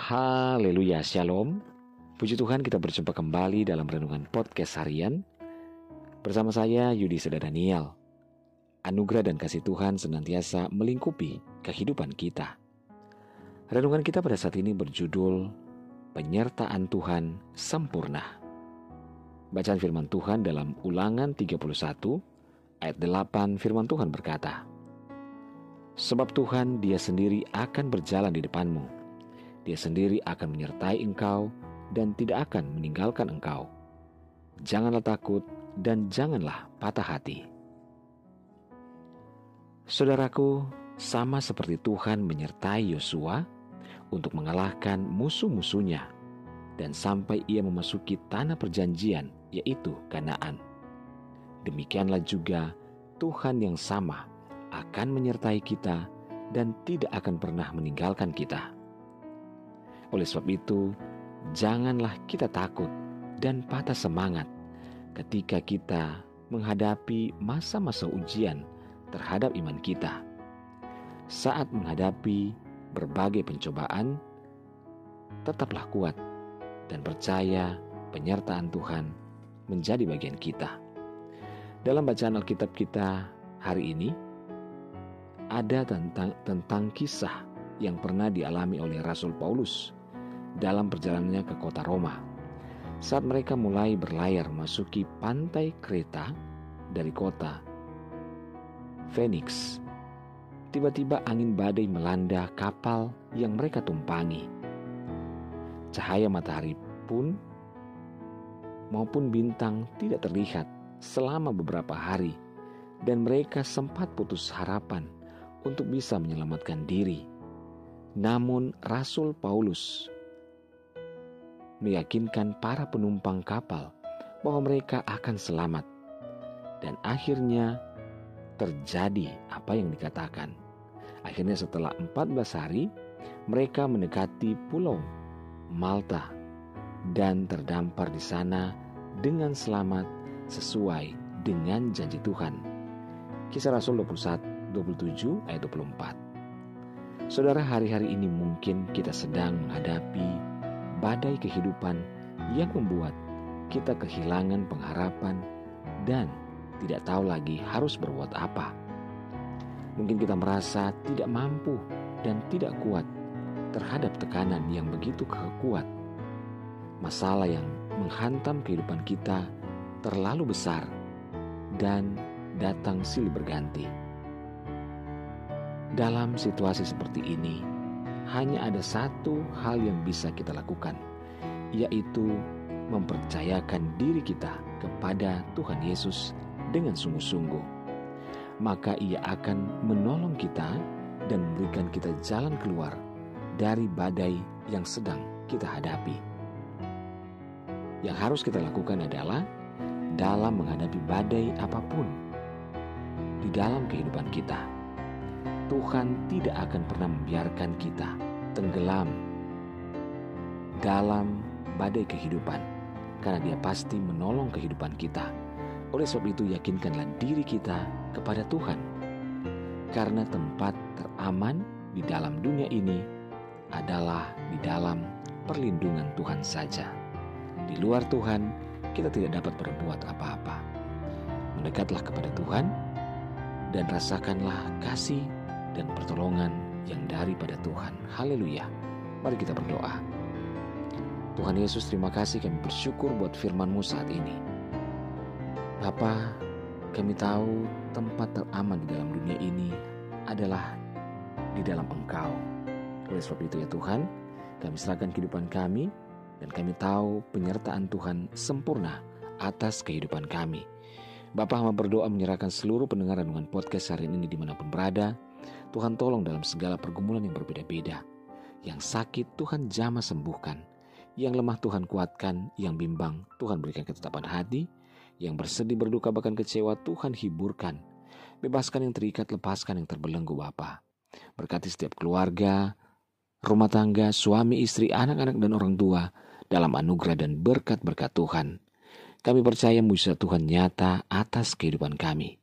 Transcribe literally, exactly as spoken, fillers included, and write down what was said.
Haleluya, Shalom. Puji Tuhan, kita berjumpa kembali dalam Renungan Podcast Harian bersama saya Yudi Seda Daniel. Anugerah dan kasih Tuhan senantiasa melingkupi kehidupan kita. Renungan kita pada saat ini berjudul Penyertaan Tuhan Sempurna. Bacaan firman Tuhan dalam Ulangan tiga puluh satu ayat delapan, firman Tuhan berkata, "Sebab Tuhan Dia sendiri akan berjalan di depanmu. Dia sendiri akan menyertai engkau dan tidak akan meninggalkan engkau. Janganlah takut dan janganlah patah hati." Saudaraku, sama seperti Tuhan menyertai Yosua untuk mengalahkan musuh-musuhnya dan sampai ia memasuki tanah perjanjian, yaitu Kanaan. Demikianlah juga Tuhan yang sama akan menyertai kita dan tidak akan pernah meninggalkan kita. Oleh sebab itu, janganlah kita takut dan patah semangat ketika kita menghadapi masa-masa ujian terhadap iman kita. Saat menghadapi berbagai pencobaan, tetaplah kuat dan percaya penyertaan Tuhan menjadi bagian kita. Dalam bacaan Alkitab kita hari ini, ada tentang, tentang kisah yang pernah dialami oleh Rasul Paulus dalam perjalanannya ke kota Roma. Saat mereka mulai berlayar memasuki pantai Kreta dari kota Phoenix, tiba-tiba angin badai melanda kapal yang mereka tumpangi. Cahaya matahari pun maupun bintang tidak terlihat selama beberapa hari, dan mereka sempat putus harapan untuk bisa menyelamatkan diri. Namun Rasul Paulus meyakinkan para penumpang kapal bahwa mereka akan selamat. Dan akhirnya terjadi apa yang dikatakan. Akhirnya setelah empat belas hari, mereka mendekati pulau Malta dan terdampar di sana dengan selamat sesuai dengan janji Tuhan. Kisah Rasul dua puluh satu, dua puluh tujuh ayat dua puluh empat. Saudara, hari-hari ini mungkin kita sedang menghadapi badai kehidupan yang membuat kita kehilangan pengharapan dan tidak tahu lagi harus berbuat apa. Mungkin kita merasa tidak mampu dan tidak kuat terhadap tekanan yang begitu kuat. Masalah yang menghantam kehidupan kita terlalu besar dan datang silih berganti. Dalam situasi seperti ini, hanya ada satu hal yang bisa kita lakukan, yaitu mempercayakan diri kita kepada Tuhan Yesus dengan sungguh-sungguh. Maka Ia akan menolong kita dan memberikan kita jalan keluar dari badai yang sedang kita hadapi. Yang harus kita lakukan adalah dalam menghadapi badai apapun di dalam kehidupan kita, Tuhan tidak akan pernah membiarkan kita tenggelam dalam badai kehidupan, karena Dia pasti menolong kehidupan kita. Oleh sebab itu, yakinkanlah diri kita kepada Tuhan, karena tempat teraman di dalam dunia ini adalah di dalam perlindungan Tuhan saja. Di luar Tuhan, kita tidak dapat berbuat apa-apa. Mendekatlah kepada Tuhan dan rasakanlah kasih dan pertolongan yang daripada Tuhan. Haleluya. Mari kita berdoa. Tuhan Yesus, terima kasih, kami bersyukur buat firman-Mu saat ini. Bapa, kami tahu tempat teraman di dalam dunia ini adalah di dalam Engkau. Oleh sebab itu ya Tuhan, kami serahkan kehidupan kami, dan kami tahu penyertaan Tuhan sempurna atas kehidupan kami. Bapa, hamba berdoa menyerahkan seluruh pendengar renungan podcast hari ini dimanapun berada. Tuhan tolong dalam segala pergumulan yang berbeda-beda. Yang sakit Tuhan jamah sembuhkan, yang lemah Tuhan kuatkan, yang bimbang Tuhan berikan ketetapan hati, yang bersedih berduka bahkan kecewa Tuhan hiburkan. Bebaskan yang terikat, lepaskan yang terbelenggu Bapa. Berkati setiap keluarga, rumah tangga, suami, istri, anak-anak dan orang tua dalam anugerah dan berkat-berkat Tuhan. Kami percaya mujizat Tuhan nyata atas kehidupan kami.